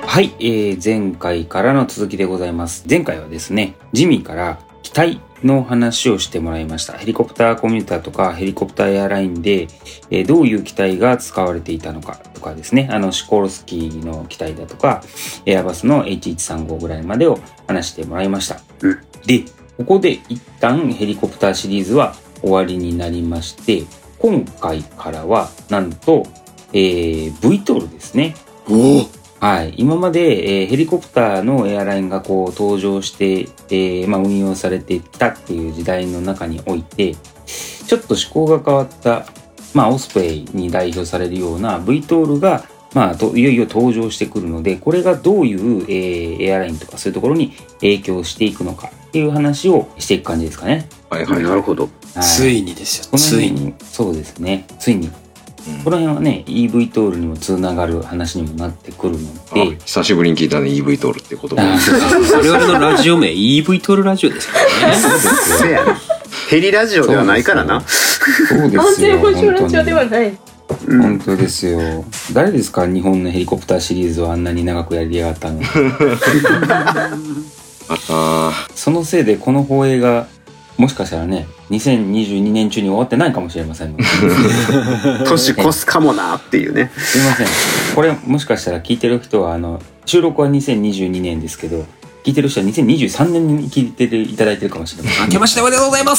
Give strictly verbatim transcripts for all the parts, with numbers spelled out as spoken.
はい、えー、前回からの続きでございます。前回はですね、ジミーから機体の話をしてもらいました。ヘリコプターコミューターとかヘリコプターエアラインで、えー、どういう機体が使われていたのかとかですね、あのシコルスキーの機体だとかエアバスの エイチいちさんご ぐらいまでを話してもらいました。うん、で、ここで一旦ヘリコプターシリーズは終わりになりまして、今回からはなんと、えー、ブイトールですね。 おーはい、今まで、えー、ヘリコプターのエアラインがこう登場して、えーまあ、運用されてきたっていう時代の中において、ちょっと思考が変わった、まあ、オスプレイに代表されるような ブイトールが、まあ、といよいよ登場してくるので、これがどういう、えー、エアラインとかそういうところに影響していくのかっていう話をしていく感じですかね。 はいはい、なるほど。 はい、 ついにですよ。ついに。 そうですね。ついに。うん、この辺はね イーブイ トールにもつながる話にもなってくるので、 久しぶりに聞いたね イーブイ トールって言葉。 我々のラジオ名 イーブイ トールラジオですからね。 そうですね。ヘリラジオではないからな。 そうですよ。 安全保障ラジオではない。 本当ですよ。誰ですか、日本のヘリコプターシリーズをあんなに長くやりやがったの。 あったそのせいでこの放映がもしかしたらねにせんにじゅうにねん中に終わってないかもしれませんので年越すかもなっていうね。 すいません、これもしかしたら聞いてる人はあの収録はにせんにじゅうにねんですけど、聞いてる人はにせんにじゅうさんねんに聞いていただいてるかもしれません。 明けましておめでとうございます。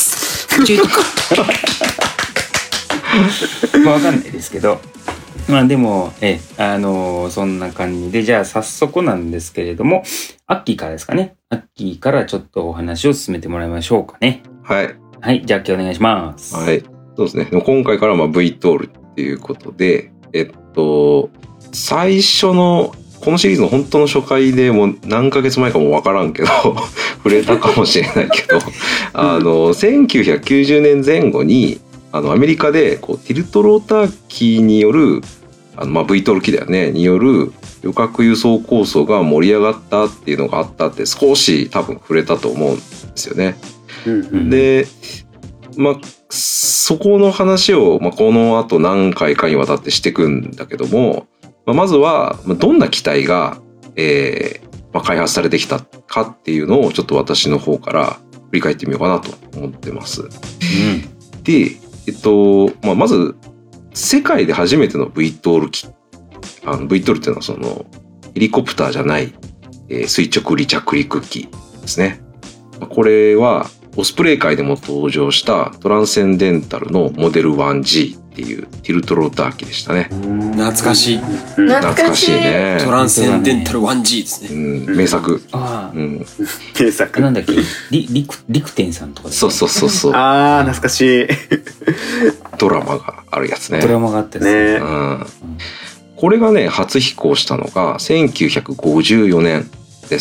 まあ分かんないですけど、まあでもえあのー、そんな感じで、じゃあ早速なんですけれども、アッキーからですかね。アッキーからちょっとお話を進めてもらいましょうかね。 はいはい、じゃあ今日お願いします。 はい、そうですね。今回からまあ ブイトールっていうことで、えっと最初のこのシリーズの本当の初回でもう何ヶ月前かも分からんけど触れたかもしれないけどあのせんきゅうひゃくきゅうじゅうねんぜん後にあのアメリカでこうティルトローター機によるあの、まあ、ブイトール機だよねによる旅客輸送構想が盛り上がったっていうのがあったって少し多分触れたと思うんですよね。うんうん、で、まあ、そこの話を、まあ、この後何回かにわたってしていくんだけども、まあ、まずはどんな機体が、えーまあ、開発されてきたかっていうのをちょっと私の方から振り返ってみようかなと思ってます。うん、で、えっとまあ、まず世界で初めての ブイトール機、あの ブイトールっていうのはそのヘリコプターじゃない、えー、垂直離着陸機ですね。これはオスプレイ界でも登場したトランセンデンタルのモデル ワンジー っていうティルトローター機でしたね。 懐かしい。 懐かしいね。 トランセンデンタル ワンジー ですね。 うん、名作。 ああ、うん、 名作。 なんだっけ、リリクリクテンさんとかです、 ね。そうそうそうそう。 ああ、懐かしい。 ドラマがあるやつね。 ドラマがあってね。 うん。これがね初飛行したのがせんきゅうひゃくごじゅうよねんです。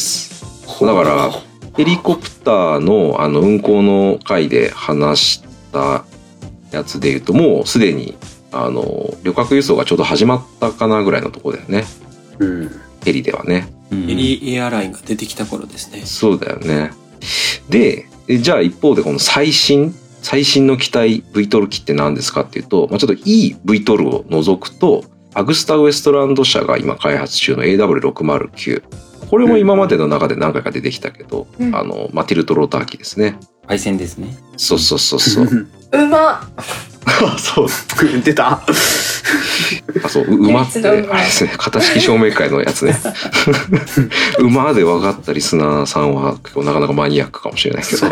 だから。ヘリコプターのあの運航の回で話したやつでいうともうすでにあの旅客輸送がちょうど始まったかなぐらいのところだよね、うん、ヘリではね、 うん、ヘリエアラインが出てきた頃ですね。 そうだよね。でじゃあ一方でこの最新最新の機体 ブイトール機って何ですかっていうと、まあ、ちょっといい ブイトールを除くとアグスタ・ウエストランド社が今開発中の エーダブリューろくまるきゅう、これも今までの中で何回か出てきたけど、うん、あのマティルトローター機ですね。 配線ですね。 そうそうそうそう。 うま。 そう出た。 あ、そう馬ってあれですね。型式証明会のやつね。馬で分かったリスナーさんは結構なかなかマニアックかもしれないけど。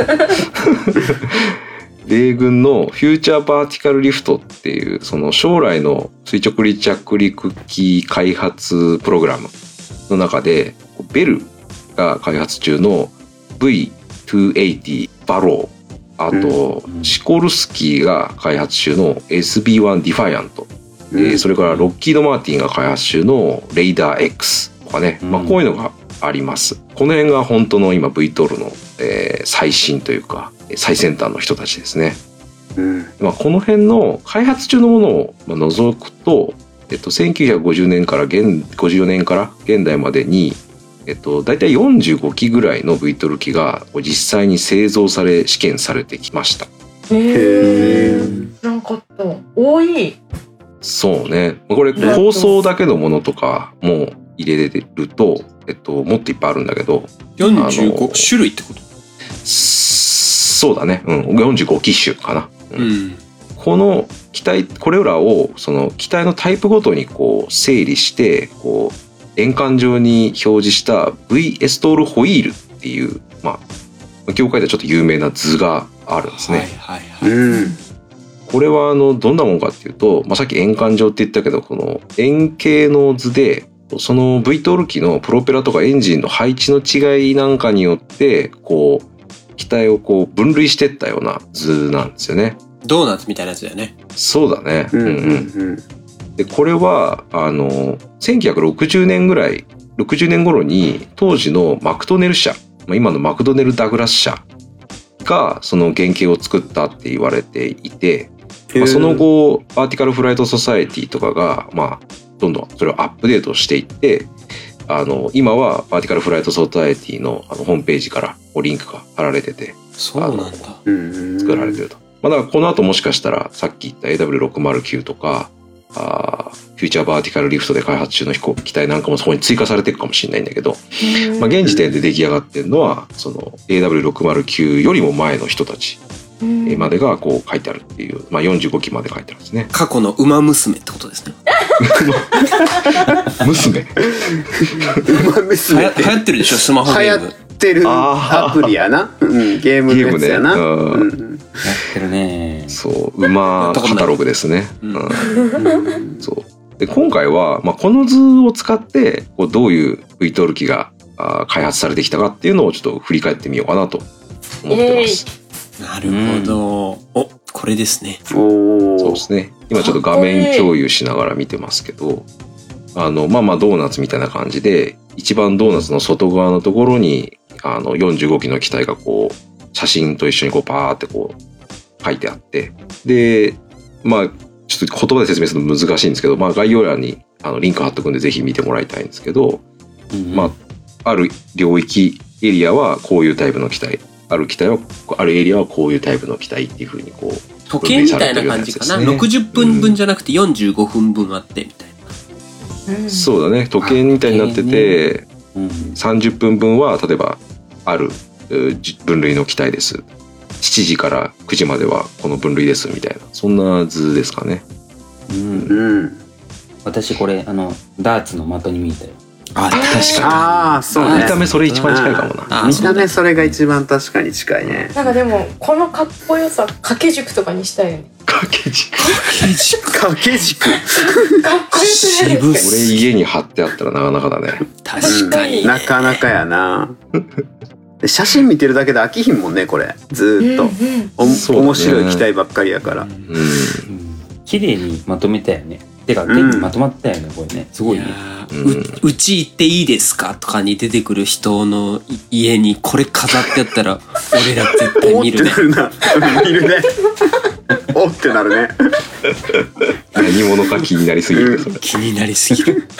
米軍のフューチャーバーティカルリフトっていうその将来の垂直離着陸機開発プログラムの中でベルが開発中の ブイにひゃくはちじゅう バロー、あと、うん、シコルスキーが開発中の エスビーワン ディファイアント、うんえー、それからロッキードマーティンが開発中のレイダー X とかね、うんまあ、こういうのがあります。この辺が本当の今 ブイトールの、えー、最新というか最先端の人たちですね。うんまあ、この辺の開発中のものを除くと、えっと、せんきゅうひゃくごじゅうねんから現ごじゅうよねんから現代までに、えっと、大体よんじゅうごきぐらいの ブイトール機が実際に製造され試験されてきました。 へー、なんか多い。 そうね。これ構想だけのものとかも入れると、えっと、もっといっぱいあるんだけど、 よんじゅうご種類ってこと？ そうだね。うん。よんじゅうご機種かな。 うん。うん、 この機体、これらを、その機体のタイプごとにこう、整理して、こう、円環状に表示した V エストールホイールっていう、まあ、業界ではちょっと有名な図があるんですね。 はいはいはい。 うん。 これはあの、どんなもんかっていうと、まあ、さっき円環状って言ったけど、この円形の図で、その ブイトール 機のプロペラとかエンジンの配置の違いなんかによって、こう、機体をこう分類していったような図なんですよね。 ドーナツみたいなやつだよね。そうだね。 うんうんうん。 で、これは、あの、せんきゅうひゃくろくじゅうねんぐらい、ろくじゅうねん頃に、当時のマクドネル社、今のマクドネル・ダグラス社が、その原型を作ったって言われていて、まあ、その後、バーティカル・フライト・ソサエティとかが、まあ、どんどんそれをアップデートしていって、あの、今はバーティカル・フライト・ソサエティのあのホームページからリンクが貼られてて、 そうなんだ。 作られてると。まあ、だからこの後もしかしたら、さっき言った エーダブリューろくまるきゅう とか、あフューチャーバーティカルリフトで開発中の飛行機体なんかもそこに追加されていくかもしれないんだけど、まあ、現時点で出来上がってるのはその エーダブリューろくまるきゅう よりも前の人たちまでがこう書いてあるっていう、まあ、よんじゅうごきまで書いてあるんですね。 過去の馬娘ってことですね。 娘馬娘って流行ってるでしょ、スマホゲーム。 流行ってるアプリやな、うん、ゲームのやつやな、 ゲームね、うん、 やってるね。 そう馬カタログですね、うんうん、そうで今回は、まあ、この図を使ってこうどういう ブイトール 機があ開発されてきたかっていうのをちょっと振り返ってみようかなと思ってます、 えー、なるほど、うん、おこれですね。 おそうですね。今ちょっと画面共有しながら見てますけど、あのまあまあドーナツみたいな感じで一番ドーナツの外側のところにあのよんじゅうごきの機体がこう写真と一緒にこうパーってこう書いてあって、でまあちょっと言葉で説明するの難しいんですけど、まあ概要欄にあのリンク貼っとくんでぜひ見てもらいたいんですけど、うん、まあある領域エリアはこういうタイプの機体、ある機体はあるエリアはこういうタイプの機体っていう風にこう時計みたいな感じかな、ろくじゅっぷんぶんじゃなくてよんじゅうごふんぶんあってみたいな、うん、 そうだね、時計みたいになってて、うん、さんじゅっぷんぶんは例えばある分類の機体です、しちじからくじまではこの分類ですみたいな、そんな図ですかね。 うん、うん、私これあのダーツの的に見たよ。 あ、確かに。 ああ、そうね。 見た目それ一番近いかもな。 見た目それが一番確かに近いね。 なんかでもこのかっこよさ掛け軸とかにしたいよね。 掛け軸。 掛け軸。掛け軸。 かっこよすぎる。 これ家に貼ってあったらなかなかだね。 確かに、 うん。なかなかやな。写真見てるだけで飽きひんもんね、これ。ずーっと、うんうん、面白い機体ばっかりやから。うん。 綺麗にまとめたよね。てか、うん、まとまったよね、これね。すごいね。 う, うち行っていいですかとかに出てくる人の家にこれ飾ってやったら俺ら絶対見るね。 おってなるな。見るね。おってなるね。 何者か気になりすぎる、 うん、気になりすぎる。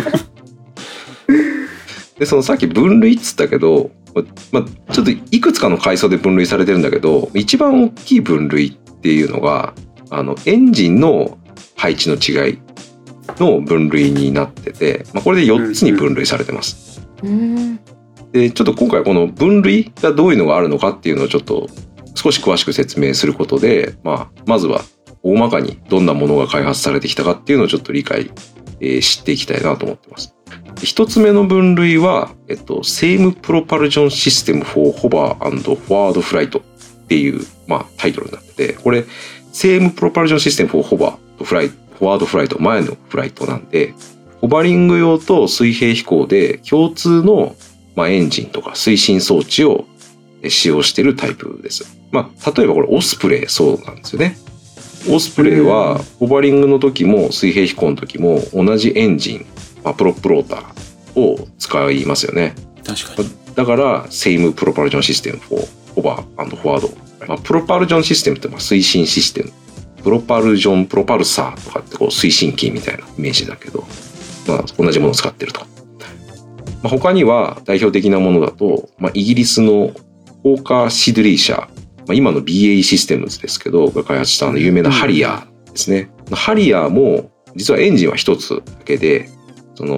でそのさっき分類っつったけど、まあ、ちょっといくつかの階層で分類されてるんだけど、一番大きい分類っていうのがあのエンジンの配置の違いの分類になってて、まあ、これでよっつに分類されてます、うん、でちょっと今回この分類がどういうのがあるのかっていうのをちょっと少し詳しく説明することで、まあ、まずは大まかにどんなものが開発されてきたかっていうのをちょっと理解、えー、していきたいなと思ってます。一つ目の分類は、えっと、Same Propulsion System for Hover and Forward Flight っていう、まあ、タイトルになってて、これSame Propulsion System for Hoverと Flight、フォワードフライト、前のフライトなんで、ホバリング用と水平飛行で共通の、まあ、エンジンとか推進装置を使用しているタイプです。まあ、例えばこれオスプレイそうなんですよね。オスプレイはホバリングの時も水平飛行の時も同じエンジン、まあ、プロップローターを使いますよね。 確かに。 だから、Same Propulsion System for Hover and Forward。まあ、プロパルジョンシステムってまあ推進システム。プロパルジョン、プロパルサーとかってこう推進機みたいなイメージだけど、まあ、同じものを使ってると。まあ、他には代表的なものだと、まあ、イギリスのホーカー・シドリー社、まあ、今の ビーエーイー システムズですけど、が開発したあの有名なハリアーですね。ハリアーも実はエンジンは一つだけで、その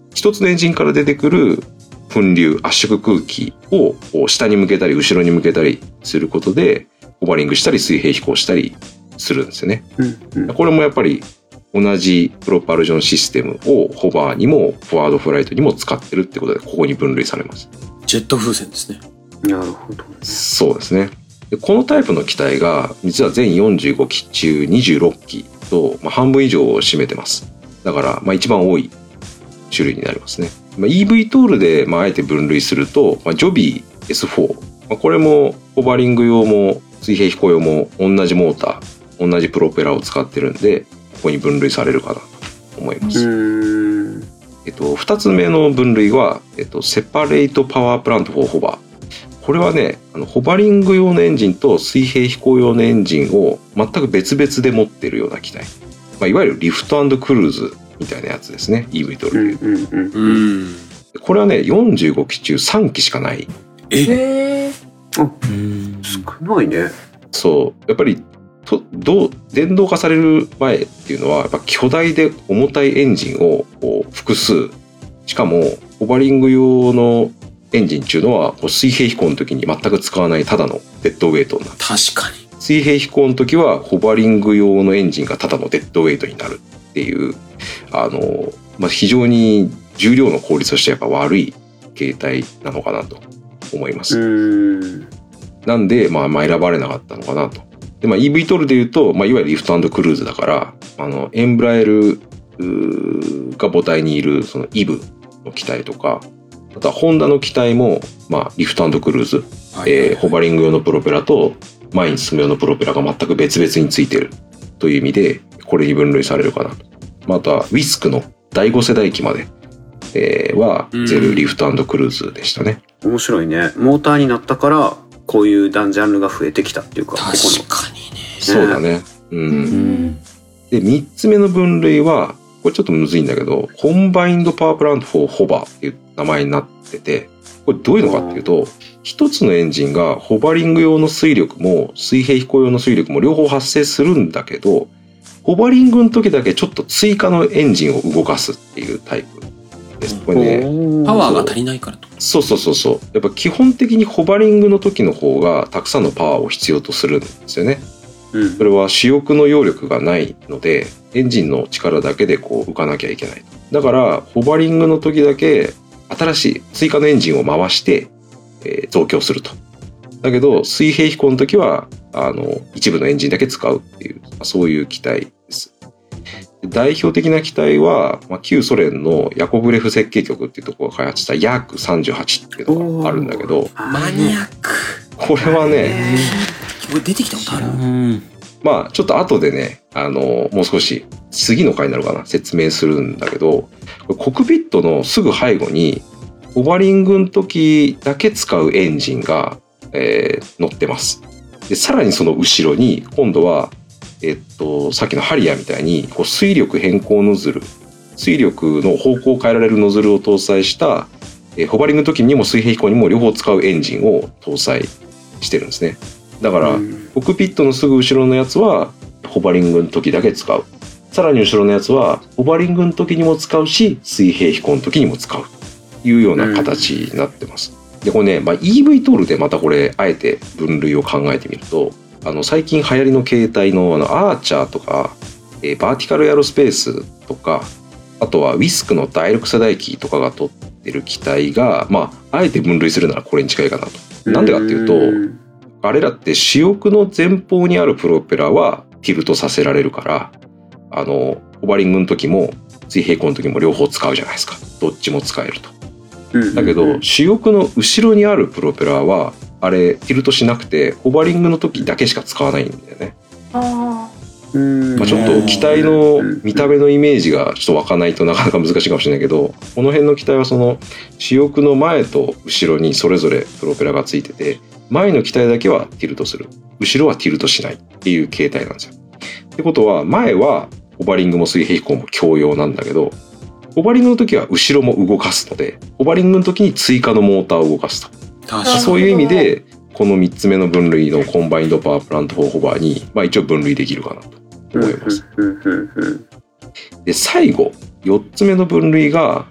一つのエンジンから出てくる噴流、圧縮空気をこう下に向けたり後ろに向けたりすることでホバリングしたり水平飛行したりするんですよね。 うんうん、 これもやっぱり同じプロパルジョンシステムをホバーにもフォワードフライトにも使ってるってことでここに分類されます。 ジェット風船ですね。 なるほど。 そうですね。でこのタイプの機体が実は全よんじゅうごき中にじゅうろっきと、まあ、半分以上を占めてます。だから、まあ、一番多い種類になりますね。まあ、イーブイ トールで、まあ、あえて分類すると、まあ、ジョビー エスフォー、まあ、これもホバリング用も水平飛行用も同じモーター、同じプロペラを使ってるんで、ここに分類されるかなと思います。 うーん、 えっと、ふたつめの分類は、えっと、セパレートパワープラントフォーホバー。これはね、あのホバリング用のエンジンと水平飛行用のエンジンを全く別々で持っているような機体。まあ、いわゆるリフト&クルーズみたいなやつですね。イーブイ トールでいうと。 うんうんうんうん。 これはね、よんじゅうごき中さんきしかない。 えへー。 うん少ないね。 そう。やっぱり、とどう電動化される前っていうのは、やっぱ巨大で重たいエンジンをこう複数、しかもホバリング用のエンジンっていうのはこう水平飛行の時に全く使わないただのデッドウェイトになる。 確かに。 水平飛行の時はホバリング用のエンジンがただのデッドウェイトになるっていう、あの、まあ、非常に重量の効率としてやっぱ悪い形態なのかなと思います。 うーん、 なんで、まあ、まあ選ばれなかったのかなと。で、まあ、イーブイ トールで言うと、まあ、いわゆるリフト&クルーズだから、あの、エンブラエルが母体にいるそのイブの機体とか、あとはホンダの機体も、まあ、リフト&クルーズ、 はいえー、ホバリング用のプロペラと前に進む用のプロペラが全く別々についているという意味で、これに分類されるかなと。まあ、あとはウィスクのだいご世代機まで、えー、は全部リフト&クルーズでしたね。 面白いね。モーターになったからこういうダンジャンルが増えてきたっていうか、 確ここかにね。 そうだね。うん。 うんで、みっつめの分類は、これちょっとむずいんだけど、コンバインドパワープラントフォーホバーっていう名前になってて、これどういうのかっていうと、一つのエンジンがホバリング用の水力も水平飛行用の水力も両方発生するんだけど、ホバリングの時だけちょっと追加のエンジンを動かすっていうタイプです。これね、 パワーが足りないからと。 そうそうそうそう。やっぱ基本的にホバリングの時の方がたくさんのパワーを必要とするんですよね。 うん、 それは主翼の揚力がないので、エンジンの力だけでこう浮かなきゃいけない。だからホバリングの時だけ新しい追加のエンジンを回して、えー、増強すると。だけど水平飛行の時はあの一部のエンジンだけ使うっていう、そういう機体です。代表的な機体は、まあ、旧ソ連のヤコブレフ設計局っていうところが開発したヤークさんじゅうはちっていうのがあるんだけど、 マニアック。 これはね、 これ出てきたことある？ うんまあちょっと後でね、あのもう少し次の回になるかな説明するんだけど、コックピットのすぐ背後にホバリングの時だけ使うエンジンが、えー、乗ってます。でさらにその後ろに今度はえっとさっきのハリアーみたいにこう水力変更ノズル、水力の方向を変えられるノズルを搭載した、えー、ホバリングの時にも水平飛行にも両方使うエンジンを搭載してるんですね。だから、うん、コックピットのすぐ後ろのやつはホバリングの時だけ使う。さらに後ろのやつはホバリングの時にも使うし、水平飛行の時にも使うというような形になってます。うん、でこれね、まあ、イーブイ トールでまたこれあえて分類を考えてみると、あの最近流行りの形態のあのアーチャーとか、えー、バーティカルエアロスペースとか、あとはウィスクのだいろく世代機とかが取ってる機体が、まああえて分類するならこれに近いかなと。なんでかっていうと、うんあれらって主翼の前方にあるプロペラはティルトさせられるから、あのホバリングの時も水平飛行の時も両方使うじゃないですか。どっちも使えると。だけど主翼の後ろにあるプロペラはあれティルトしなくてホバリングの時だけしか使わないんだよね。 あまあ、ちょっと機体の見た目のイメージがちょっと湧かないとなかなか難しいかもしれないけど、この辺の機体はその主翼の前と後ろにそれぞれプロペラがついてて、前の機体だけはティルトする、後ろはティルトしないっていう形態なんですよ。ってことは前はホバリングも水平飛行も共用なんだけど、ホバリングの時は後ろも動かすので、ホバリングの時に追加のモーターを動かすと。そういう意味でこのみっつめの分類のコンバインドパワープラントフォーホバーに、まあ、一応分類できるかなと思います。で最後よっつめの分類が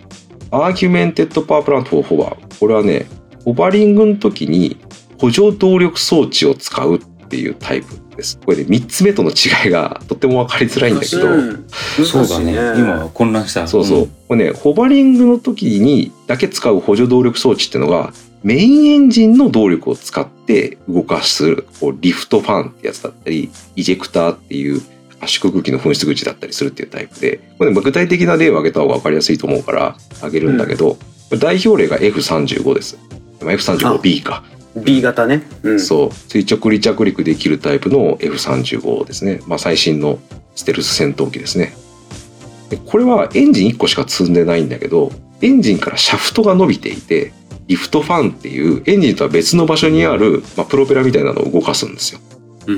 アーギュメンテッドパワープラントフォーホバー。これはね、ホバリングの時に補助動力装置を使うっていうタイプです。これね、みっつめとの違いがとっても分かりづらいんだけど、 うん、 そうだね。今混乱した。 そうそう。 うん、 これね、ホバリングの時にだけ使う補助動力装置っていうのが、メインエンジンの動力を使って動かす、こうリフトファンってやつだったり、イジェクターっていう圧縮空気の噴出口だったりするっていうタイプで、これ、ね、具体的な例を挙げた方が分かりやすいと思うから挙げるんだけど、うん、代表例が エフさんじゅうご です。エフさんじゅうごビー か。 B 型ね、うん、 そう垂直離着陸できるタイプの エフさんじゅうご ですね。まあ最新のステルス戦闘機ですね。でこれはエンジンいっこしか積んでないんだけど、エンジンからシャフトが伸びていて、リフトファンっていうエンジンとは別の場所にある、まあ、プロペラみたいなのを動かすんですよ。 うん、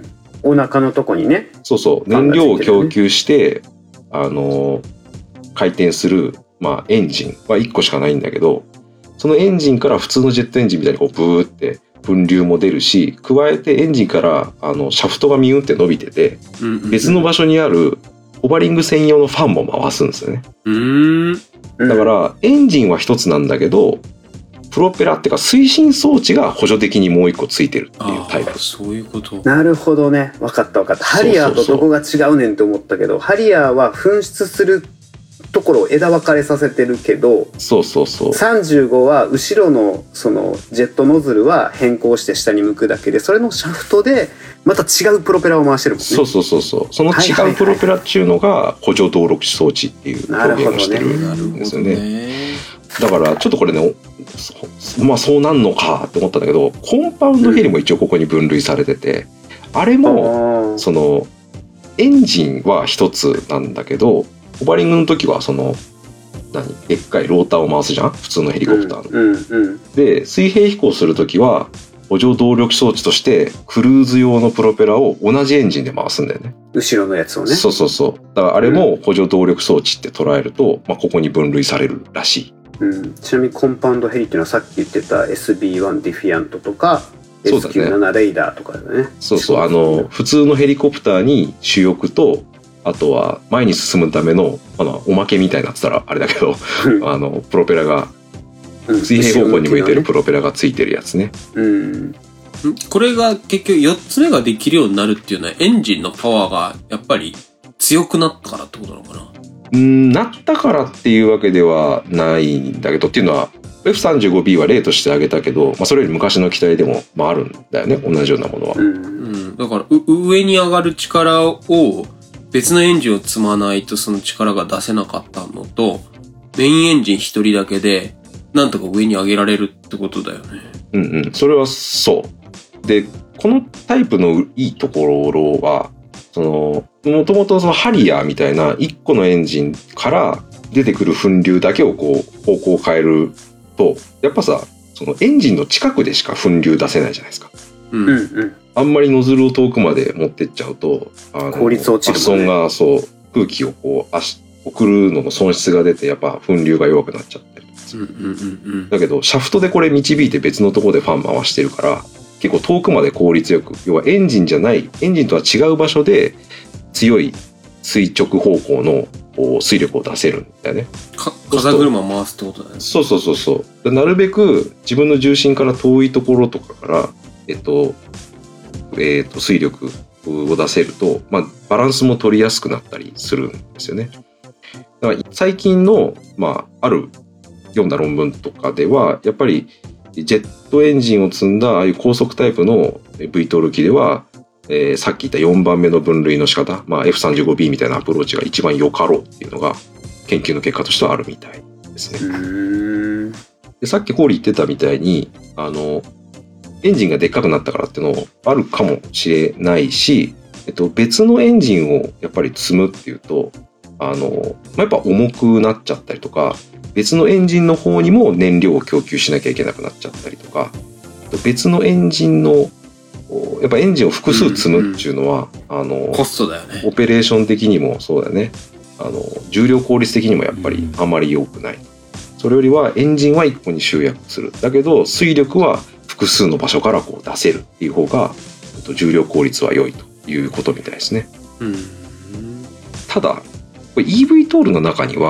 お腹のとこにね。 そうそう、燃料を供給して、あの回転する、まあ、エンジンはいっこしかないんだけど、そのエンジンから普通のジェットエンジンみたいにこうブーって分流も出るし、加えてエンジンからあのシャフトがミュンって伸びてて、うんうんうん、別の場所にあるホバリング専用のファンも回すんですよね。 うーんだからエンジンは一つなんだけど、プロペラっていうか推進装置が補助的にもう一個ついてるっていうタイプ。 そういうこと。 なるほどね、分かった分かった。ハリアーとどこが違うねんと思ったけど、ハリアーは噴出するところを枝分かれさせてるけど、 そうそうそう。 さんじゅうごは後ろのそのジェットノズルは変更して下に向くだけで、それのシャフトでまた違うプロペラを回してるもんね。そうそうそうそう。その違うプロペラっていうのが補助動力装置っていう表現をしてるんですよね。だからちょっとこれね、まあそうなんのかって思ったんだけど、コンパウンドヘリも一応ここに分類されてて、うん、あれもそのエンジンは一つなんだけど、ホバリングの時はその何でっかいローターを回すじゃん、普通のヘリコプターの、 うんうんうん、で水平飛行する時は補助動力装置としてクルーズ用のプロペラを同じエンジンで回すんだよね、 後ろのやつをね。 そうそうそう。だからあれも補助動力装置って捉えると、まあ、ここに分類されるらしい。 うん、ちなみにコンパウンドヘリっていうのはさっき言ってた エスビーワン ディフィアントとか エスキューセブン レイダーとかだね。 そうそう、あの普通のヘリコプターに主翼と、あとは前に進むためのあのおまけみたいなって言ったらあれだけどあのプロペラが水平方向に向いてるプロペラがついてるやつね。 うん、 これが結局よっつめができるようになるっていうのはエンジンのパワーがやっぱり強くなったからってことなのかな。 うん、なったからっていうわけではないんだけど、っていうのは エフさんじゅうごビー は例として挙げたけど、まあ、それより昔の機体でも、まあ、あるんだよね、同じようなものは。 うんうん、だから上に上がる力を別のエンジンを積まないとその力が出せなかったのと、メインエンジン一人だけでなんとか上に上げられるってことだよね。 うんうん、それはそう。で、このタイプのいいところは、そのもともとそのハリアーみたいないっこのエンジンから出てくる噴流だけをこう方向を変えると、やっぱさ、そのエンジンの近くでしか噴流出せないじゃないですか。 うんうん、 あんまりノズルを遠くまで持ってっちゃうと、あの効率落ちるもんね。 発音がそう空気をこう足送るのの損失が出て、やっぱ噴流が弱くなっちゃったりする。 うんうんうんうん、 だけどシャフトでこれ導いて別のところでファン回してるから、結構遠くまで効率よく、要はエンジンじゃないエンジンとは違う場所で強い垂直方向の水力を出せるんだよね。 か風車回すってことだね。 そうそうそうそう。なるべく自分の重心から遠いところとかからえっとえっと水力を出せると、まあバランスも取りやすくなったりするんですよね。だから最近のまあある読んだ論文とかでは、やっぱりジェットエンジンを積んだああいう高速タイプの ブイトール 機では、えー、さっき言ったよんばんめの分類の仕方、まあ、エフさんじゅうごビー みたいなアプローチが一番良かろうっていうのが研究の結果としてはあるみたいですね。 うーんでさっきホーリー言ってたみたいに、あのエンジンがでっかくなったからっていうのあるかもしれないし、えっと、別のエンジンをやっぱり積むっていうと、あの、まあ、やっぱ重くなっちゃったりとか、別のエンジンの方にも燃料を供給しなきゃいけなくなっちゃったりとか、別のエンジンのやっぱエンジンを複数積むっていうのは、うんうん、あのコストだよね。 オペレーション的にもそうだよね。あの重量効率的にもやっぱりあまり良くない。それよりはエンジンはいっこに集約する。だけど水力は複数の場所からこう出せるっていう方が重量効率は良いということみたいですね。 うん、 ただこれ イーブイ トールの中には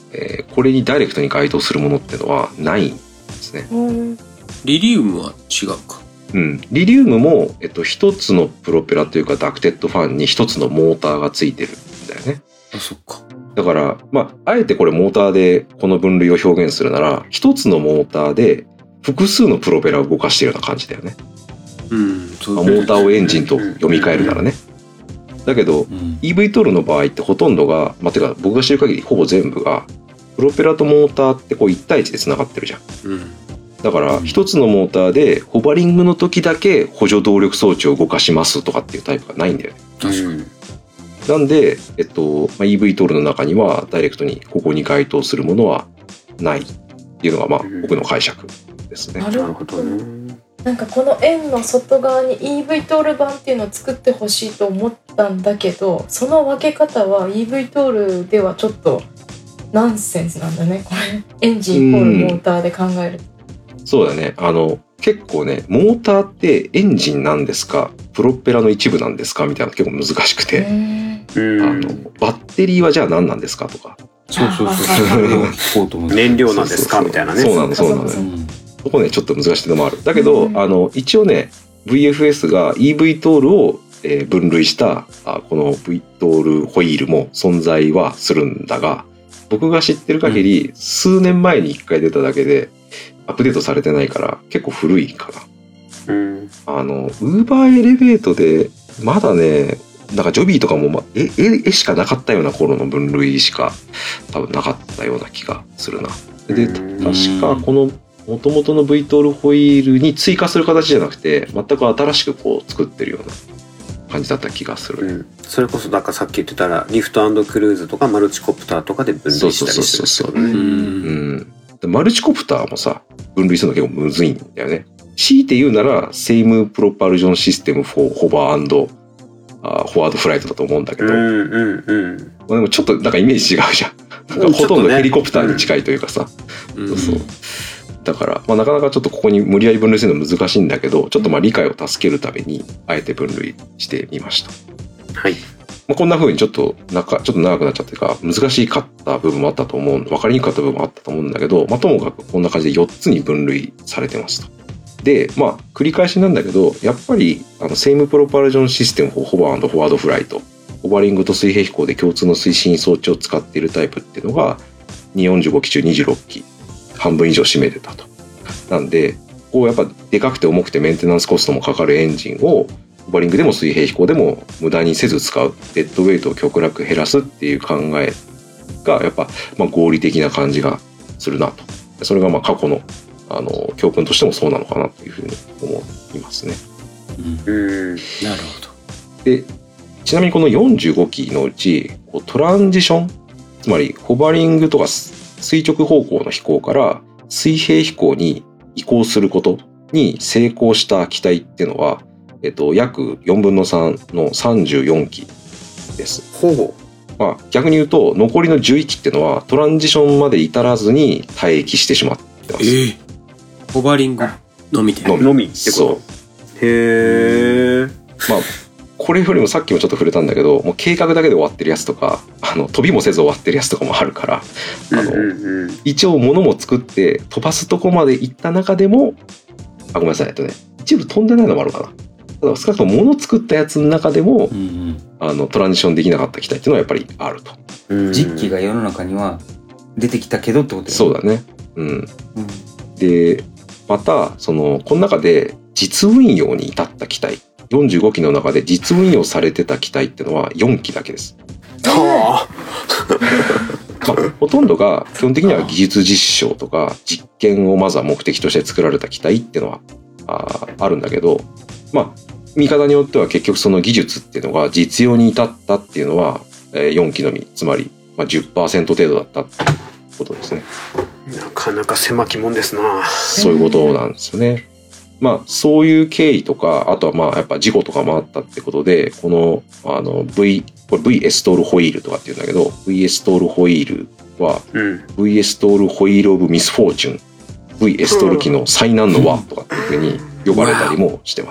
えーこれにダイレクトに該当するものっていうのはないんですね。 うんリリウムは違うか。 うん、リリウムも、えっと、一つのプロペラというかダクテッドファンに一つのモーターがついてるんだよね。 あ、そっか。 だからまああえてこれモーターでこの分類を表現するなら一つのモーターで複数のプロペラを動かしているような感じだよね。 うん、そうまあいうことモーターをエンジンと読み替えるならね。だけどうんイーブイ トールの場合ってほとんどが、まあ、てか僕が知る限りほぼ全部がプロペラとモーターってこういち対いちでつながってるじゃん。 うん。 だから一つのモーターでホバリングの時だけ補助動力装置を動かしますとかっていうタイプがないんだよね。 確かに。 なんで、えっとまあ、イーブイ トールの中にはダイレクトにここに該当するものはないっていうのがまあうん僕の解釈ですね。 ななるほるほどどね。 なんかこの円の外側に イーブイ トール版っていうのを作ってほしいと思ったんだけど、その分け方は イーブイ トールではちょっとナンセンスなんだねこれ。エンジンイコールモーターで考えると。 そうだね。あの結構ねモーターってエンジンなんですかプロペラの一部なんですかみたいなの結構難しくて、 うんうんあのバッテリーはじゃあ何なんですかとか、 そうそうそうそう。それを聞こうと思って。 燃料なんですかみたいなね。 そうなのそうなのよ。 うんそこねちょっと難しいのもある。だけど、 うんあの一応ね ブイエフエス が イーブイ トールを、えー分類したあこの V トールホイールも存在はするんだが、僕が知ってる限り、数年前にいっかい出ただけでアップデートされてないから結構古いかな。 うん。 あのウーバーエレベートでまだねなんかジョビーとかも、ま、絵絵絵しかなかったような頃の分類しか多分なかったような気がするな。でうん確かこの元々の V トールホイールに追加する形じゃなくて全く新しくこう作ってるような感じだった気がする。 うん、それこそだからさっき言ってたらリフト&クルーズとかマルチコプターとかで分類したりするってことね。 う。 うんん、でマルチコプターもさ分類するの結構むずいんだよね。強いて言うならセイムプロパルジョンシステムフォーホバー&あフォワードフライトだと思うんだけど、 うんうんうん。 まあ、でもちょっとなんかイメージ違うじゃん。なんかほとんどヘリコプターに近いというかさ、 うんそうそうだから、まあ、なかなかちょっとここに無理やり分類するの難しいんだけど、ちょっとまあ理解を助けるためにあえて分類してみました。 はい。 まあ、こんな風にちょっとなんかちょっと長くなっちゃってるか難しかった部分もあったと思う分かりにくかった部分もあったと思うんだけど、まあ、ともかくこんな感じでよっつに分類されてますと。でまあ繰り返しなんだけどやっぱりあのセイムプロパルジョンシステムフォーホバー&フォワードフライトホバリングと水平飛行で共通の推進装置を使っているタイプっていうのがにひゃくよんじゅうごき中にじゅうろっき半分以上占めてたと。なんでこうやっぱでかくて重くてメンテナンスコストもかかるエンジンをホバリングでも水平飛行でも無駄にせず使うデッドウェイトを極力減らすっていう考えがやっぱまあ合理的な感じがするなと。それがまあ過去のあの教訓としてもそうなのかなというふうに思いますね。 うんうん。 なるほど。 でちなみにこのよんじゅうごきのうちこうトランジションつまりホバリングとか垂直方向の飛行から水平飛行に移行することに成功した機体っていうのは、えっと、約よんぶんのさんのさんじゅうよんきです。 ほぼ。 まあ、逆に言うと残りのじゅういっきっていうのはトランジションまで至らずに退役してしまってます。 ええホバリングのみで。 のみのみってこと。へえ。 まあこれよりもさっきもちょっと触れたんだけどもう計画だけで終わってるやつとかあの飛びもせず終わってるやつとかもあるからあの、 うんうんうん。 一応物も作って飛ばすとこまで行った中でもあごめんなさいえっとね一部飛んでないのもあるかな。ただ少なくとも物作ったやつの中でもうんうんあのトランジションできなかった機体っていうのはやっぱりあると。 うん実機が世の中には出てきたけどってことだよね。 そうだね。うん。 うんでまたそのこの中で実運用に至った機体よんじゅうごきの中で実運用されてた機体っていうのはよんきだけです。 はまあ、ほとんどが基本的には技術実証とか実験をまずは目的として作られた機体っていうのは あ, あるんだけど、まあ見方によっては結局その技術っていうのが実用に至ったっていうのはえーよんきのみつまりまあ じゅっパーセント 程度だったってことですね。 あ。なかなか狭きもんですな。 そういうことなんですよね。まあそういう経緯とかあとはまあやっぱ事故とかもあったってことでこのあの V これ ブイ エストールホイールとかっていうんだけど ブイ エストールホイールはうん。 ブイ エストールホイールオブミスフォーチュン ブイ エストール機の災難の輪とかっていう風に呼ばれたりもしてます。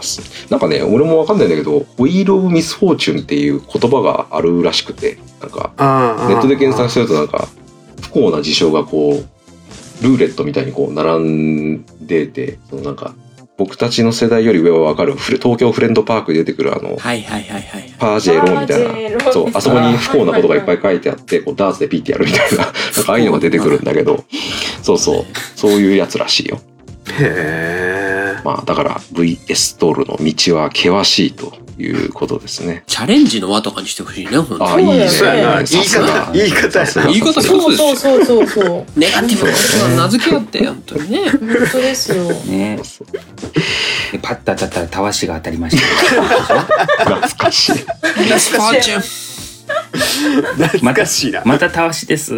なんかね俺もわかんないんだけどホイールオブミスフォーチュンっていう言葉があるらしくてなんかああ。 ネットで検索するとなんか不幸な事象がこうルーレットみたいにこう並んでて、そのなんか僕たちの世代より上はわかる東京フレンドパークで出てくるあの、 はいはいはいはい。 パージェローみたいな、そう、あそこに不幸なことがいっぱい書いてあって、こうダーツでピッてやるみたいな、なんかああいうのが出てくるんだけど、そうそう、そういうやつらしいよ。 へー。 まあだから ブイエス トールの道は険しいということですね。 チャレンジの輪とかにしてほしいね、本当に。 あ、いいね。 そうやな、言い方、言い方やな。 言い方そうそうそうそうそう。 ネガティブな名付けよって本当にね。 本当ですよ。 ね。でパッと当たったらたわしが当たりました。 懐かしい。 ナスフォーチュン。 懐かしいな。 またたわしです。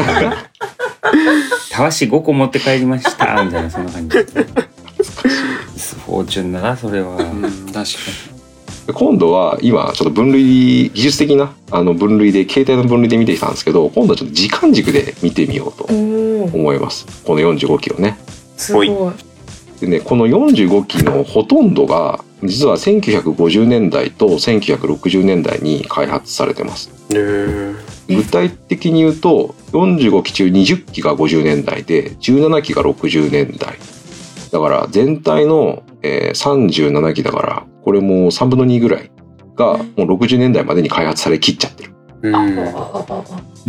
たわしごこ持って帰りましたみたいな、そんな感じ。フォーチュンだな、それは。 うん、確かに。 今度は今ちょっと分類技術的なあの分類で携帯の分類で見てきたんですけど、今度はちょっと時間軸で見てみようと思います。このよんじゅうごきをね。 すごい。 でね、このよんじゅうごきのほとんどが実はせんきゅうひゃくごじゅうねんだいとせんきゅうひゃくろくじゅうねんだいに開発されてます。具体的に言うとよんじゅうごき中にじゅっきがごじゅうねんだいでじゅうななきがろくじゅうねんだいだから、全体の、えー、さんじゅうななきだから、これもさんぶんのにぐらいがもうろくじゅうねんだいまでに開発されきっちゃってる。 うん。 うん。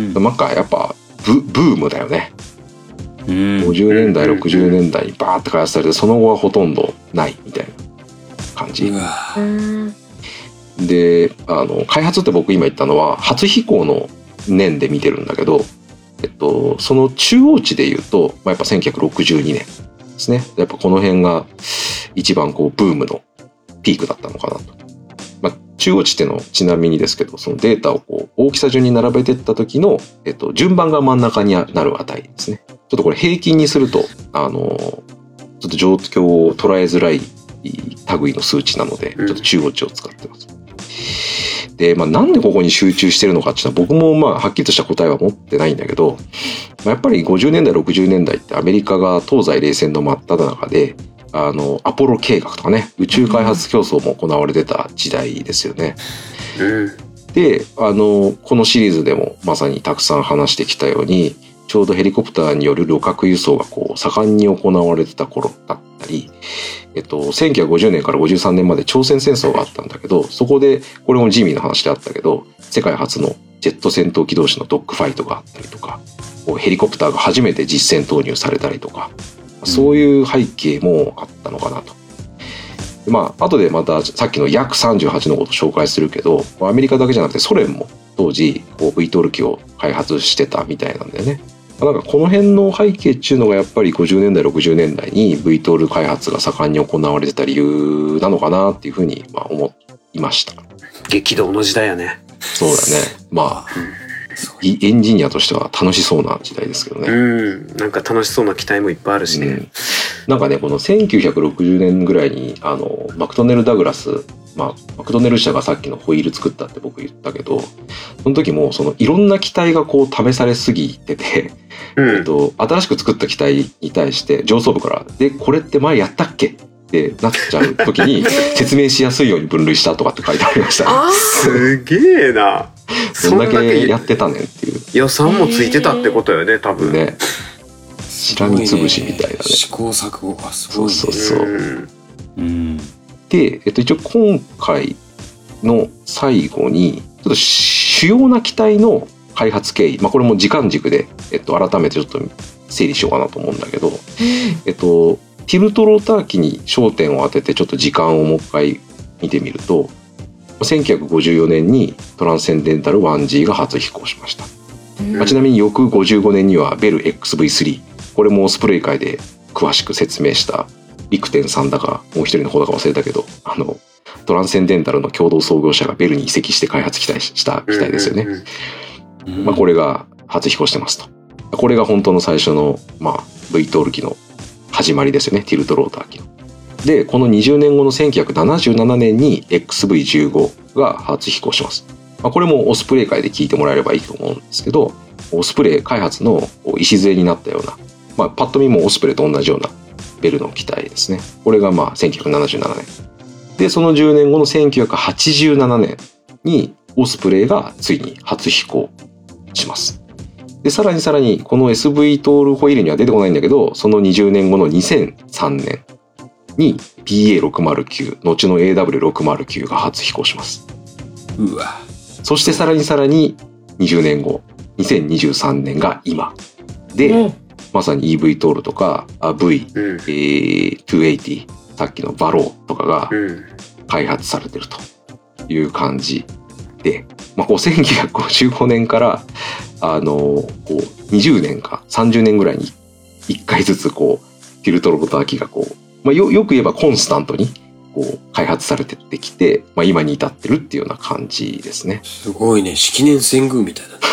なんかやっぱ ブ, ブームだよね。 うん。 ごじゅうねんだいろくじゅうねんだいにバーって開発されて、その後はほとんどないみたいな感じ。 うわで、あの開発って僕今言ったのは初飛行の年で見てるんだけど、えっとその中央値で言うと、まあ、やっぱせんきゅうひゃくろくじゅうにねんですね。やっぱこの辺が一番こうブームのピークだったのかなと。まあ、中央値ってのちなみにですけど、そのデータをこう大きさ順に並べていった時の、えっと、順番が真ん中になる値ですね。ちょっとこれ平均にすると、あの、ちょっと状況を捉えづらい類の数値なので、ちょっと中央値を使ってます。で、まあ、なんでここに集中してるのかっていうのは僕もまあはっきりとした答えは持ってないんだけど、やっぱりごじゅうねんだいろくじゅうねんだいってアメリカが東西冷戦の真っ只中で、あのアポロ計画とかね、宇宙開発競争も行われてた時代ですよね。 うん、 で、あのこのシリーズでもまさにたくさん話してきたように、ちょうどヘリコプターによる旅客輸送がこう盛んに行われてた頃だったり、えっと、せんきゅうひゃくごじゅうねんからごじゅうさんねんまで朝鮮戦争があったんだけど、そこでこれもジミーの話であったけど、世界初のジェット戦闘機同士のドッグファイトがあったりとか、ヘリコプターが初めて実戦投入されたりとか、そういう背景もあったのかなと。で、まあ後でまたさっきのヤクさんじゅうはちのことを紹介するけど、アメリカだけじゃなくてソ連も当時こう ブイトール 機を開発してたみたいなんだよね。なんかこの辺の背景っていうのがやっぱりごじゅうねんだいろくじゅうねんだいに ブイトール 開発が盛んに行われてた理由なのかなっていうふうにまあ思いました。 激動の時代やね。 そうだね。まあ、うん、エンジニアとしては楽しそうな時代ですけどね。 うん、なんか楽しそうな機体もいっぱいあるしね。うん、 なんかね、このせんきゅうひゃくろくじゅうねんぐらいにあのマクドネル・ダグラス、まあ、マクドネル社がさっきのホイール作ったって僕言ったけど、その時もそのいろんな機体がこう試されすぎてて、うんえっと、新しく作った機体に対して上層部から「でこれって前やったっけ?」ってなっちゃう時に説明しやすいように分類したとかって書いてありましたね。 あすげえな。 どんだけやってたねんっていう。 予算もついてたってことよね、多分ね。しらみつぶしみたいなね。 試行錯誤がすごいね。 そうそうそう。 うんうんで、えっと、一応今回の最後にちょっと主要な機体の開発経緯、まあ、これも時間軸で、えっと、改めてちょっと整理しようかなと思うんだけど、えっと、ティルトローター機に焦点を当ててちょっと時間をもう一回見てみると、せんきゅうひゃくごじゅうよねんにトランセンデンタル ワンジー が初飛行しました。まあ、ちなみに翌ごじゅうごねんにはベル エックスブイスリー、これもオスプレイ会で詳しく説明した陸天さんだかもう一人の方だか忘れたけど、あのトランセンデンタルの共同創業者がベルに移籍して開発機体した機体ですよね。うんうんうん、まあ、これが初飛行してますと。これが本当の最初の、まあ、ブイトール 機の始まりですよね、ティルトローター機の。でこのにじゅうねんごのせんきゅうひゃくななじゅうななねんに エックスブイじゅうご が初飛行します。まあ、これもオスプレイ界で聞いてもらえればいいと思うんですけど、オスプレイ開発の礎になったような、まあ、パッと見もオスプレイと同じようなベルの機体ですね。これがまあせんきゅうひゃくななじゅうななねんで、そのじゅうねんごのせんきゅうひゃくはちじゅうななねんにオスプレイがついに初飛行します。 で、さらにさらに、この エスブイ トールホイールには出てこないんだけど、そのにじゅうねんごのにせんさんねんに ピーエーろくまるきゅう、後の エーダブリューろくまるきゅう が初飛行します。 うわ。 そしてさらにさらににじゅうねんご、にせんにじゅうさんねんが今。で、 うんまさに イーブイ トールとか、あ V、 うんえー、にひゃくはちじゅう、さっきのバローとかがうん開発されてるという感じで、まあ、こうせんきゅうひゃくごじゅうごねんからあのこうにじゅうねんかさんじゅうねんぐらいにいっかいずつこうティルトロボター機がこう、まあ、よ, よく言えばコンスタントにこう開発されてってきて、まあ、今に至ってるっていうような感じですね。 すごいね。式年遷宮みたいだね。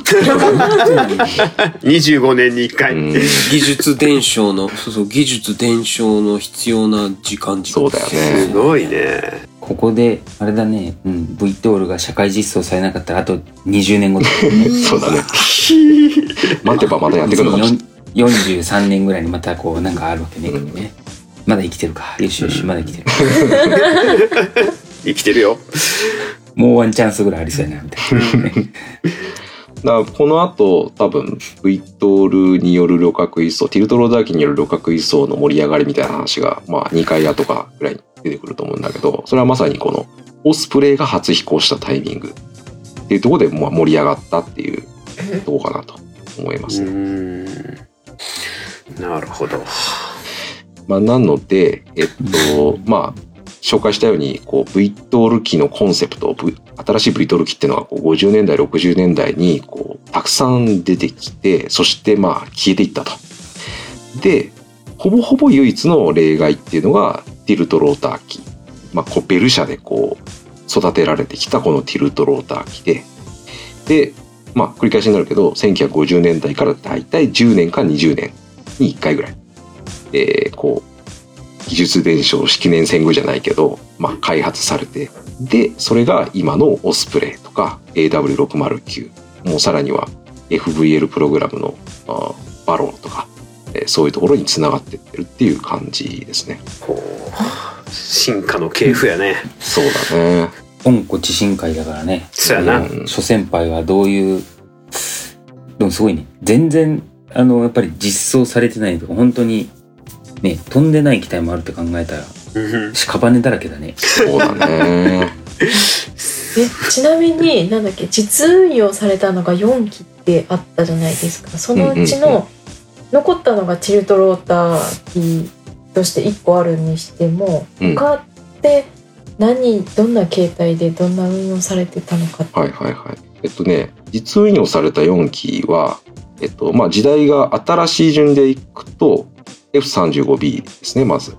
にじゅうごねんにいっかい、 うん、 技術伝承の、そうそう、技術伝承の必要な時間軸。 そうだよね。 すごいね。 ここであれだね、うん、ブイトールが社会実装されなかったらあとにじゅうねんごだね。 そうだね。待てばまたやってくるのかもしれない。 よんじゅうさんねんぐらいにまたこうなんかあるわけね。うん、ねまだ生きてるか。よしよし、まだ生きてる。 生きてるよ。 もうワンチャンスぐらいありそうやなみたいな。 だからこの後多分 V トールによる旅客輸送、ティルトローダー機による旅客輸送の盛り上がりみたいな話がまあにかい後かぐらいに出てくると思うんだけど、それはまさにこのオスプレイが初飛行したタイミングっていうところでまあ盛り上がったっていうところかなと思いますね。 うーん、なるほど。 まあ、なのでえっとまあ紹介したようにこう V トール機のコンセプト、v、新しい V トール機っていうのがこうごじゅうねんだいろくじゅうねんだいにこうたくさん出てきて、そしてまあ消えていったと。でほぼほぼ唯一の例外っていうのがティルトローター機、まあ、こうベル社でこう育てられてきたこのティルトローター機で、でまあ繰り返しになるけどせんきゅうひゃくごじゅうねんだいからだいたいじゅうねんかにじゅうねんにいっかいぐらい、えー、こう技術伝承式年遷宮じゃないけど、まあ、開発されて、でそれが今のオスプレイとか エーダブリューろくまるきゅう、もうさらには エフブイエル プログラムのバローとか、えー、そういうところにつながっていってるっていう感じですね。 ほう、進化の系譜やね。 そうだね。 温故知新会だからね。 そうやな。 うん、諸先輩はどういう、でもすごいね。全然あのやっぱり実装されてないとか本当に。ね、飛んでない機体もあるって考えたら屍だらけだね。 そうだね。 えちなみになんだっけ、実運用されたのがよんきってあったじゃないですか。そのうちの、うんうんうん、残ったのがチルトローター機としていっこあるにしても、うん、他って何どんな形態でどんな運用されてたのかって。 はいはいはい。えっとね実運用されたよんきは、えっとまあ、時代が新しい順でいくとエフさんじゅうごビー ですね、まず。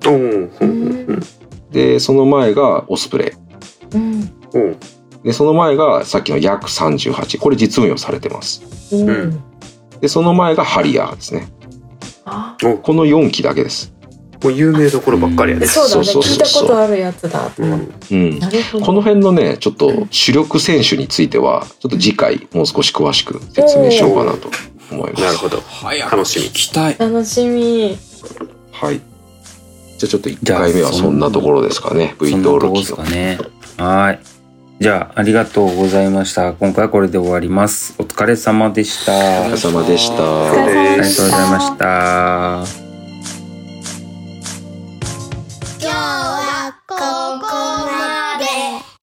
でその前がオスプレイ、うん、でその前がさっきのヤクさんじゅうはち、これ実運用されてます、うん、でその前がハリアーですね。あこのよんきだけです。 もう有名どころばっかりやね。 そうだね、聞いたことあるやつだと思って、 うんうん、なるほど。この辺のねちょっと主力選手についてはちょっと次回もう少し詳しく説明しようかなと思います。 なるほど。楽しみ。 聞きたい。 楽しみ。 はい。じゃあちょっといっかいめはそんなところですかね。V トール機ですかね。はい。じゃあありがとうございました。今回はこれで終わります。お疲れ様でした。 お疲れ様でした。 お疲れ様でした。 ありがとうございました。